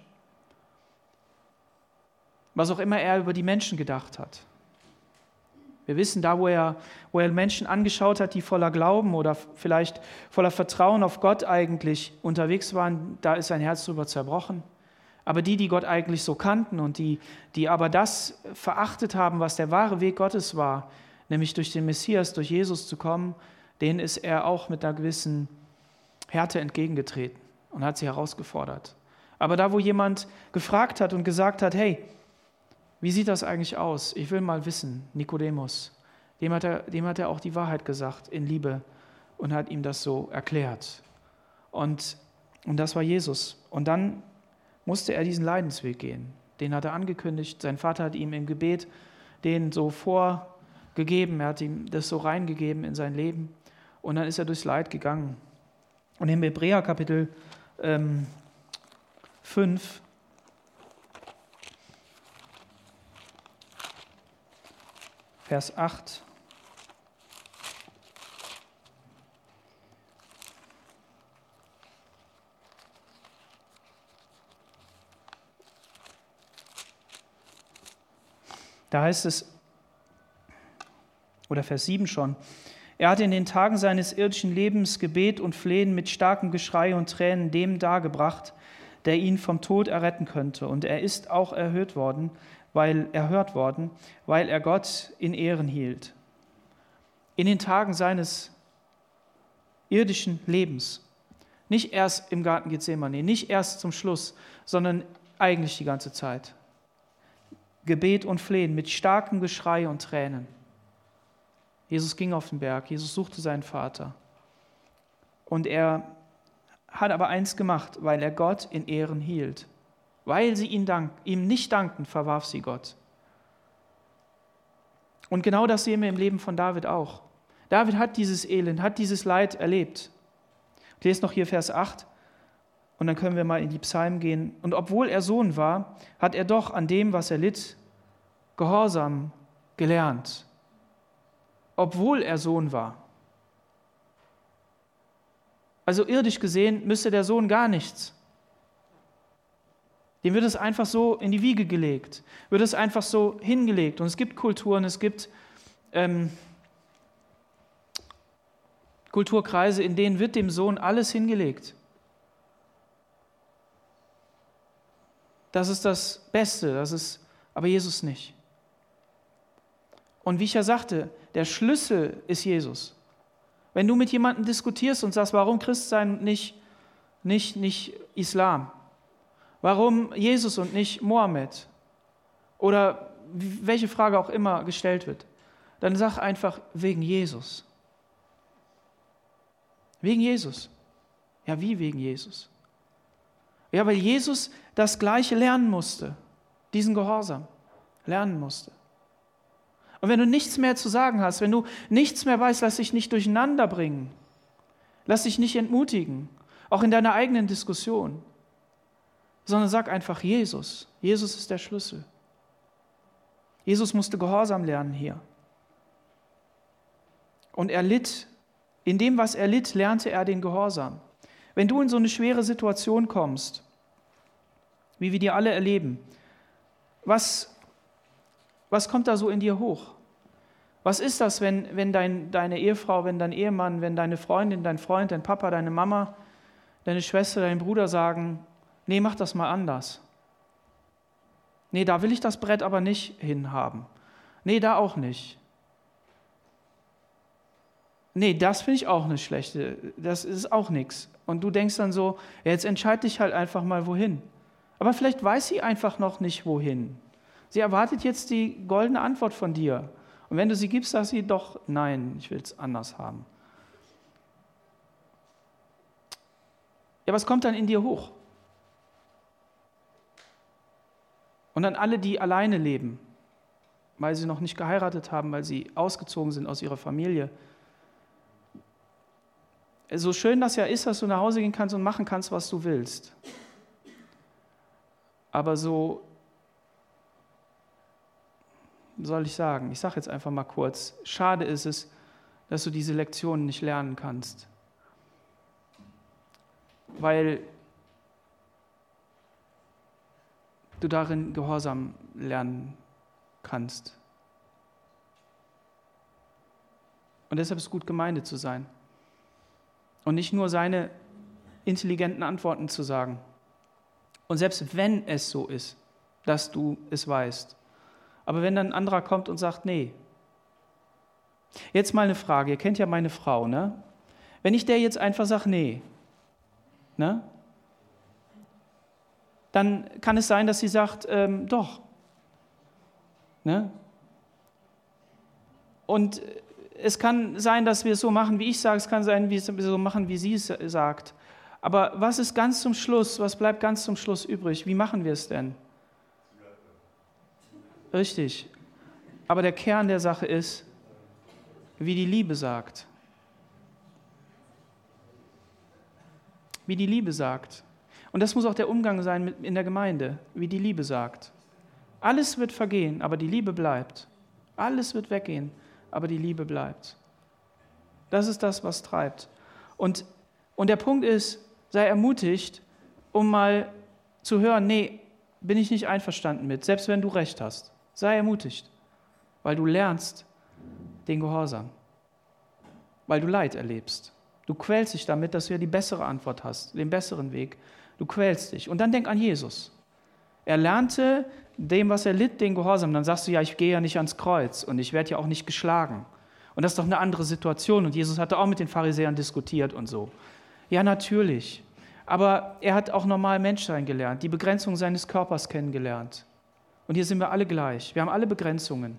Was auch immer er über die Menschen gedacht hat. Wir wissen, da wo er, wo er Menschen angeschaut hat, die voller Glauben oder vielleicht voller Vertrauen auf Gott eigentlich unterwegs waren, da ist sein Herz drüber zerbrochen. Aber die, die Gott eigentlich so kannten und die, die aber das verachtet haben, was der wahre Weg Gottes war, nämlich durch den Messias, durch Jesus zu kommen, denen ist er auch mit einer gewissen Härte entgegengetreten und hat sie herausgefordert. Aber da, wo jemand gefragt hat und gesagt hat, hey, wie sieht das eigentlich aus? Ich will mal wissen, Nikodemus, dem hat er, dem hat er auch die Wahrheit gesagt in Liebe und hat ihm das so erklärt. Und, und das war Jesus. Und dann musste er diesen Leidensweg gehen. Den hat er angekündigt. Sein Vater hat ihm im Gebet denen so vorgegeben, er hat ihm das so reingegeben in sein Leben und dann ist er durchs Leid gegangen. Und im Hebräer Kapitel ähm, fünf, Vers acht, da heißt es, oder Vers sieben schon, er hat in den Tagen seines irdischen Lebens Gebet und Flehen mit starkem Geschrei und Tränen dem dargebracht, der ihn vom Tod erretten könnte. Und er ist auch erhört worden, weil erhört worden, weil er Gott in Ehren hielt. In den Tagen seines irdischen Lebens. Nicht erst im Garten Gethsemane, nicht erst zum Schluss, sondern eigentlich die ganze Zeit. Gebet und Flehen mit starkem Geschrei und Tränen. Jesus ging auf den Berg, Jesus suchte seinen Vater. Und er hat aber eins gemacht, weil er Gott in Ehren hielt. Weil sie ihn dank, ihm nicht dankten, verwarf sie Gott. Und genau das sehen wir im Leben von David auch. David hat dieses Elend, hat dieses Leid erlebt. Ich lese noch hier Vers acht und dann können wir mal in die Psalmen gehen. Und obwohl er Sohn war, hat er doch an dem, was er litt, Gehorsam gelernt. Obwohl er Sohn war. Also irdisch gesehen müsste der Sohn gar nichts. Dem wird es einfach so in die Wiege gelegt, wird es einfach so hingelegt. Und es gibt Kulturen, es gibt ähm, Kulturkreise, in denen wird dem Sohn alles hingelegt. Das ist das Beste, das ist aber Jesus nicht. Und wie ich ja sagte, der Schlüssel ist Jesus. Wenn du mit jemandem diskutierst und sagst, warum Christsein und nicht, nicht, nicht Islam? Warum Jesus und nicht Mohammed? Oder welche Frage auch immer gestellt wird, dann sag einfach, wegen Jesus. Wegen Jesus. Ja, wie wegen Jesus? Ja, weil Jesus das Gleiche lernen musste, diesen Gehorsam lernen musste. Und wenn du nichts mehr zu sagen hast, wenn du nichts mehr weißt, lass dich nicht durcheinander bringen. Lass dich nicht entmutigen, auch in deiner eigenen Diskussion. Sondern sag einfach Jesus. Jesus ist der Schlüssel. Jesus musste Gehorsam lernen hier. Und er litt, in dem, was er litt, lernte er den Gehorsam. Wenn du in so eine schwere Situation kommst, wie wir die alle erleben, was Was kommt da so in dir hoch? Was ist das, wenn, wenn dein, deine Ehefrau, wenn dein Ehemann, wenn deine Freundin, dein Freund, dein Papa, deine Mama, deine Schwester, dein Bruder sagen, nee, mach das mal anders. Nee, da will ich das Brett aber nicht hinhaben. Nee, da auch nicht. Nee, das finde ich auch eine schlechte, das ist auch nichts. Und du denkst dann so, ja, jetzt entscheid dich halt einfach mal wohin. Aber vielleicht weiß sie einfach noch nicht wohin. Sie erwartet jetzt die goldene Antwort von dir. Und wenn du sie gibst, sagt sie doch, nein, ich will es anders haben. Ja, was kommt dann in dir hoch? Und dann alle, die alleine leben, weil sie noch nicht geheiratet haben, weil sie ausgezogen sind aus ihrer Familie. So schön das ja ist, dass du nach Hause gehen kannst und machen kannst, was du willst. Aber so, soll ich sagen, ich sage jetzt einfach mal kurz, schade ist es, dass du diese Lektionen nicht lernen kannst. Weil du darin Gehorsam lernen kannst. Und deshalb ist es gut, Gemeinde zu sein. Und nicht nur seine intelligenten Antworten zu sagen. Und selbst wenn es so ist, dass du es weißt. Aber wenn dann ein anderer kommt und sagt, nee. Jetzt mal eine Frage, ihr kennt ja meine Frau, ne? Wenn ich der jetzt einfach sage, nee, ne? Dann kann es sein, dass sie sagt, ähm, doch. Ne? Und es kann sein, dass wir es so machen, wie ich sage, es kann sein, dass wir es so machen, wie sie es sagt. Aber was ist ganz zum Schluss, was bleibt ganz zum Schluss übrig? Wie machen wir es denn? Richtig. Aber der Kern der Sache ist, wie die Liebe sagt. Wie die Liebe sagt. Und das muss auch der Umgang sein mit, in der Gemeinde, wie die Liebe sagt. Alles wird vergehen, aber die Liebe bleibt. Alles wird weggehen, aber die Liebe bleibt. Das ist das, was treibt. Und, und der Punkt ist, sei ermutigt, um mal zu hören, nee, bin ich nicht einverstanden mit, selbst wenn du recht hast. Sei ermutigt, weil du lernst den Gehorsam, weil du Leid erlebst. Du quälst dich damit, dass du ja die bessere Antwort hast, den besseren Weg. Du quälst dich. Und dann denk an Jesus. Er lernte dem, was er litt, den Gehorsam. Dann sagst du, ja, ich gehe ja nicht ans Kreuz und ich werde ja auch nicht geschlagen. Und das ist doch eine andere Situation. Und Jesus hatte auch mit den Pharisäern diskutiert und so. Ja, natürlich. Aber er hat auch normal Menschsein gelernt, die Begrenzung seines Körpers kennengelernt. Und hier sind wir alle gleich. Wir haben alle Begrenzungen.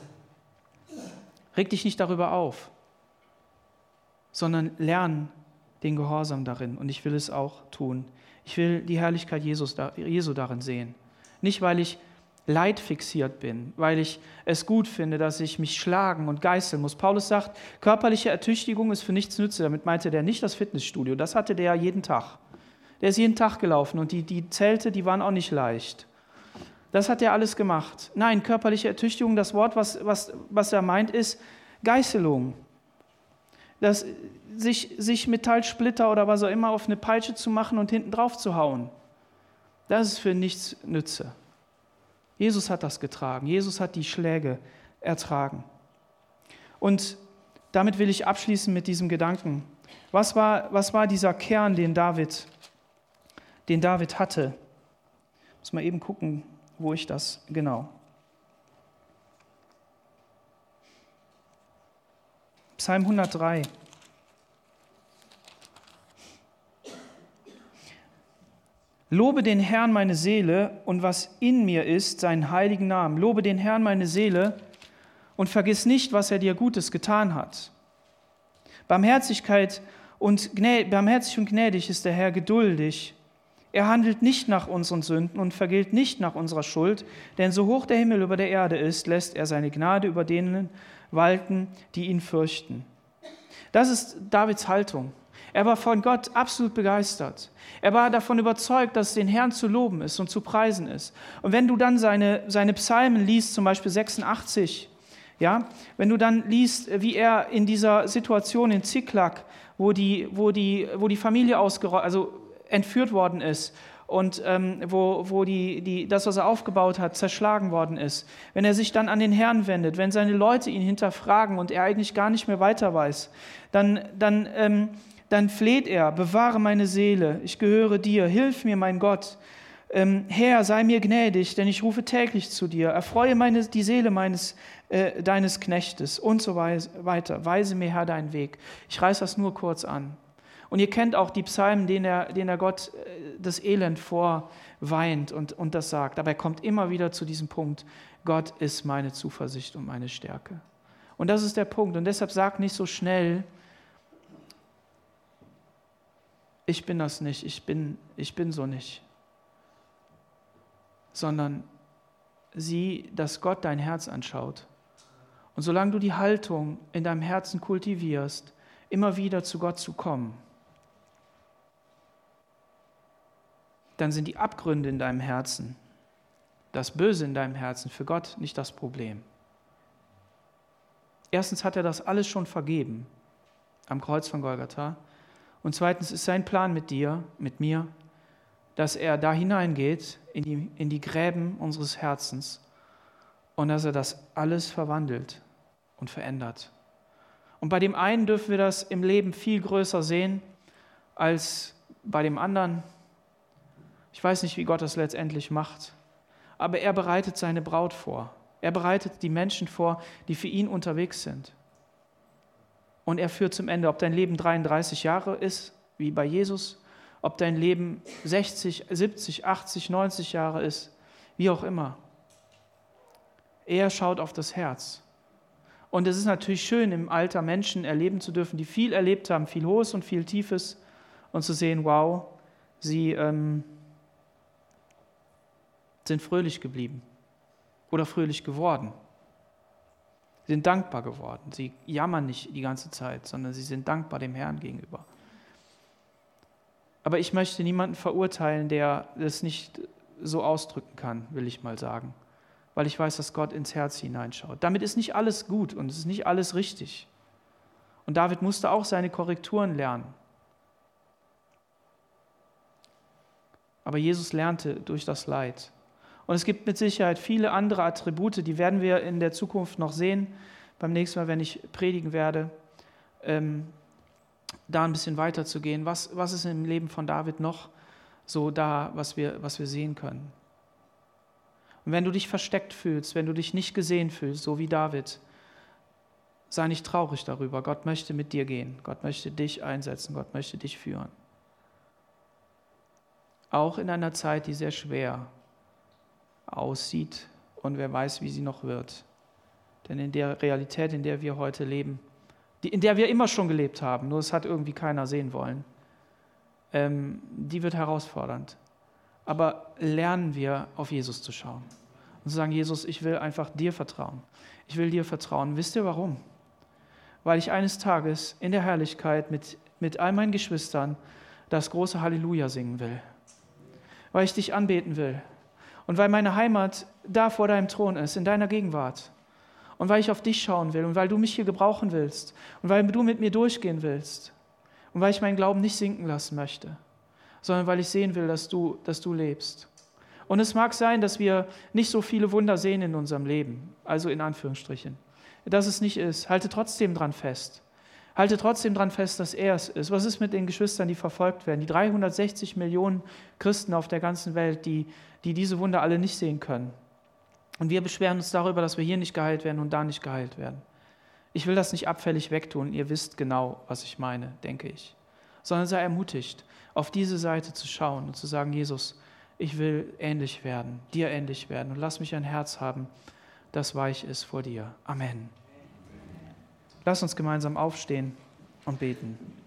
Reg dich nicht darüber auf, sondern lern den Gehorsam darin. Und ich will es auch tun. Ich will die Herrlichkeit Jesus, Jesu darin sehen. Nicht, weil ich leidfixiert bin, weil ich es gut finde, dass ich mich schlagen und geißeln muss. Paulus sagt, körperliche Ertüchtigung ist für nichts nütze. Damit meinte der nicht das Fitnessstudio. Das hatte der jeden Tag. Der ist jeden Tag gelaufen und die, die Zelte, die waren auch nicht leicht. Das hat er alles gemacht. Nein, körperliche Ertüchtigung, das Wort, was, was, was er meint, ist Geißelung. Das, sich, sich Metallsplitter oder was auch immer auf eine Peitsche zu machen und hinten drauf zu hauen. Das ist für nichts nütze. Jesus hat das getragen. Jesus hat die Schläge ertragen. Und damit will ich abschließen mit diesem Gedanken. Was war, was war dieser Kern, den David, den David hatte? Ich muss mal eben gucken, wo ich das genau. Psalm hundertdrei. Lobe den Herrn meine Seele und was in mir ist, seinen heiligen Namen. Lobe den Herrn meine Seele und vergiss nicht, was er dir Gutes getan hat. Barmherzigkeit und gnä- barmherzig und gnädig ist der Herr, geduldig. Er handelt nicht nach unseren Sünden und vergilt nicht nach unserer Schuld, denn so hoch der Himmel über der Erde ist, lässt er seine Gnade über denen walten, die ihn fürchten. Das ist Davids Haltung. Er war von Gott absolut begeistert. Er war davon überzeugt, dass es den Herrn zu loben ist und zu preisen ist. Und wenn du dann seine, seine Psalmen liest, zum Beispiel sechsundachtzig, ja, wenn du dann liest, wie er in dieser Situation in Ziklag, wo die, wo die, wo die Familie ausgerollt, also entführt worden ist und ähm, wo, wo die, die, das, was er aufgebaut hat, zerschlagen worden ist, wenn er sich dann an den Herrn wendet, wenn seine Leute ihn hinterfragen und er eigentlich gar nicht mehr weiter weiß, dann, dann, ähm, dann fleht er, bewahre meine Seele, ich gehöre dir, hilf mir, mein Gott. Ähm, Herr, sei mir gnädig, denn ich rufe täglich zu dir, erfreue meine, die Seele meines, äh, deines Knechtes und so weiter, weise mir, Herr, deinen Weg. Ich reiße das nur kurz an. Und ihr kennt auch die Psalmen, denen er, denen er Gott das Elend vorweint und, und das sagt. Aber er kommt immer wieder zu diesem Punkt, Gott ist meine Zuversicht und meine Stärke. Und das ist der Punkt. Und deshalb sag nicht so schnell, ich bin das nicht, ich bin, ich bin so nicht. Sondern sieh, dass Gott dein Herz anschaut. Und solange du die Haltung in deinem Herzen kultivierst, immer wieder zu Gott zu kommen, dann sind die Abgründe in deinem Herzen, das Böse in deinem Herzen für Gott nicht das Problem. Erstens hat er das alles schon vergeben am Kreuz von Golgatha. Und zweitens ist sein Plan mit dir, mit mir, dass er da hineingeht in die, in die Gräben unseres Herzens und dass er das alles verwandelt und verändert. Und bei dem einen dürfen wir das im Leben viel größer sehen als bei dem anderen. Ich weiß nicht, wie Gott das letztendlich macht, aber er bereitet seine Braut vor. Er bereitet die Menschen vor, die für ihn unterwegs sind. Und er führt zum Ende, ob dein Leben dreiunddreißig Jahre ist, wie bei Jesus, ob dein Leben sechzig, siebzig, achtzig, neunzig Jahre ist, wie auch immer. Er schaut auf das Herz. Und es ist natürlich schön, im Alter Menschen erleben zu dürfen, die viel erlebt haben, viel Hohes und viel Tiefes, und zu sehen, wow, sie ähm, sind fröhlich geblieben oder fröhlich geworden. Sie sind dankbar geworden. Sie jammern nicht die ganze Zeit, sondern sie sind dankbar dem Herrn gegenüber. Aber ich möchte niemanden verurteilen, der das nicht so ausdrücken kann, will ich mal sagen. Weil ich weiß, dass Gott ins Herz hineinschaut. Damit ist nicht alles gut und es ist nicht alles richtig. Und David musste auch seine Korrekturen lernen. Aber Jesus lernte durch das Leid. Und es gibt mit Sicherheit viele andere Attribute, die werden wir in der Zukunft noch sehen, beim nächsten Mal, wenn ich predigen werde, ähm, da ein bisschen weiter zu gehen. Was, was ist im Leben von David noch so da, was wir, was wir sehen können? Und wenn du dich versteckt fühlst, wenn du dich nicht gesehen fühlst, so wie David, sei nicht traurig darüber. Gott möchte mit dir gehen. Gott möchte dich einsetzen. Gott möchte dich führen. Auch in einer Zeit, die sehr schwer aussieht und wer weiß, wie sie noch wird. Denn in der Realität, in der wir heute leben, die, in der wir immer schon gelebt haben, nur es hat irgendwie keiner sehen wollen, ähm, die wird herausfordernd. Aber lernen wir, auf Jesus zu schauen und zu sagen, Jesus, ich will einfach dir vertrauen. Ich will dir vertrauen. Wisst ihr warum? Weil ich eines Tages in der Herrlichkeit mit, mit all meinen Geschwistern das große Halleluja singen will. Weil ich dich anbeten will. Und weil meine Heimat da vor deinem Thron ist, in deiner Gegenwart. Und weil ich auf dich schauen will und weil du mich hier gebrauchen willst und weil du mit mir durchgehen willst und weil ich meinen Glauben nicht sinken lassen möchte, sondern weil ich sehen will, dass du, dass du lebst. Und es mag sein, dass wir nicht so viele Wunder sehen in unserem Leben, also in Anführungsstrichen. Dass es nicht ist, halte trotzdem dran fest. Halte trotzdem dran fest, dass er es ist. Was ist mit den Geschwistern, die verfolgt werden? Die dreihundertsechzig Millionen Christen auf der ganzen Welt, die, die diese Wunder alle nicht sehen können. Und wir beschweren uns darüber, dass wir hier nicht geheilt werden und da nicht geheilt werden. Ich will das nicht abfällig wegtun. Ihr wisst genau, was ich meine, denke ich. Sondern sei ermutigt, auf diese Seite zu schauen und zu sagen, Jesus, ich will ähnlich werden, dir ähnlich werden und lass mich ein Herz haben, das weich ist vor dir. Amen. Lass uns gemeinsam aufstehen und beten.